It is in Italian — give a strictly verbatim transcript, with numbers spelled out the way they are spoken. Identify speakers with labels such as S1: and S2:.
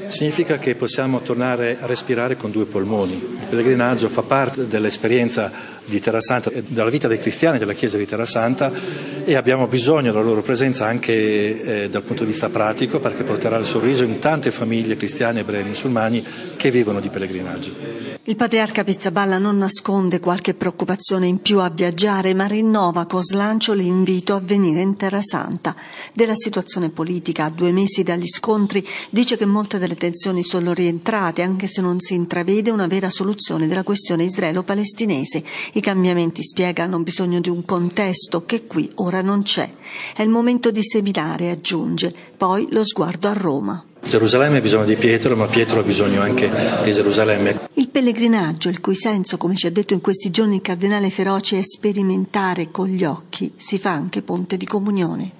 S1: Significa che possiamo tornare a respirare con due polmoni. Il pellegrinaggio fa parte dell'esperienza di Terrasanta, della vita dei cristiani della Chiesa di Terrasanta, e abbiamo bisogno della loro presenza anche eh, dal punto di vista pratico, perché porterà il sorriso in tante famiglie cristiane, ebrei e musulmani che vivono di pellegrinaggio.
S2: Il patriarca Pizzaballa non nasconde qualche preoccupazione in più a viaggiare, ma rinnova con slancio l'invito a venire in Terrasanta. Della situazione politica a due mesi dagli scontri dice che molte delle tensioni sono rientrate, anche se non si intravede una vera soluzione della questione israelo-palestinese. I cambiamenti, spiega, hanno bisogno di un contesto che qui ora non c'è. È il momento di seminare, aggiunge, poi lo sguardo a Roma.
S1: Gerusalemme ha bisogno di Pietro, ma Pietro ha bisogno anche di Gerusalemme.
S2: Il pellegrinaggio, il cui senso, come ci ha detto in questi giorni il cardinale Feroci, è sperimentare con gli occhi, si fa anche ponte di comunione.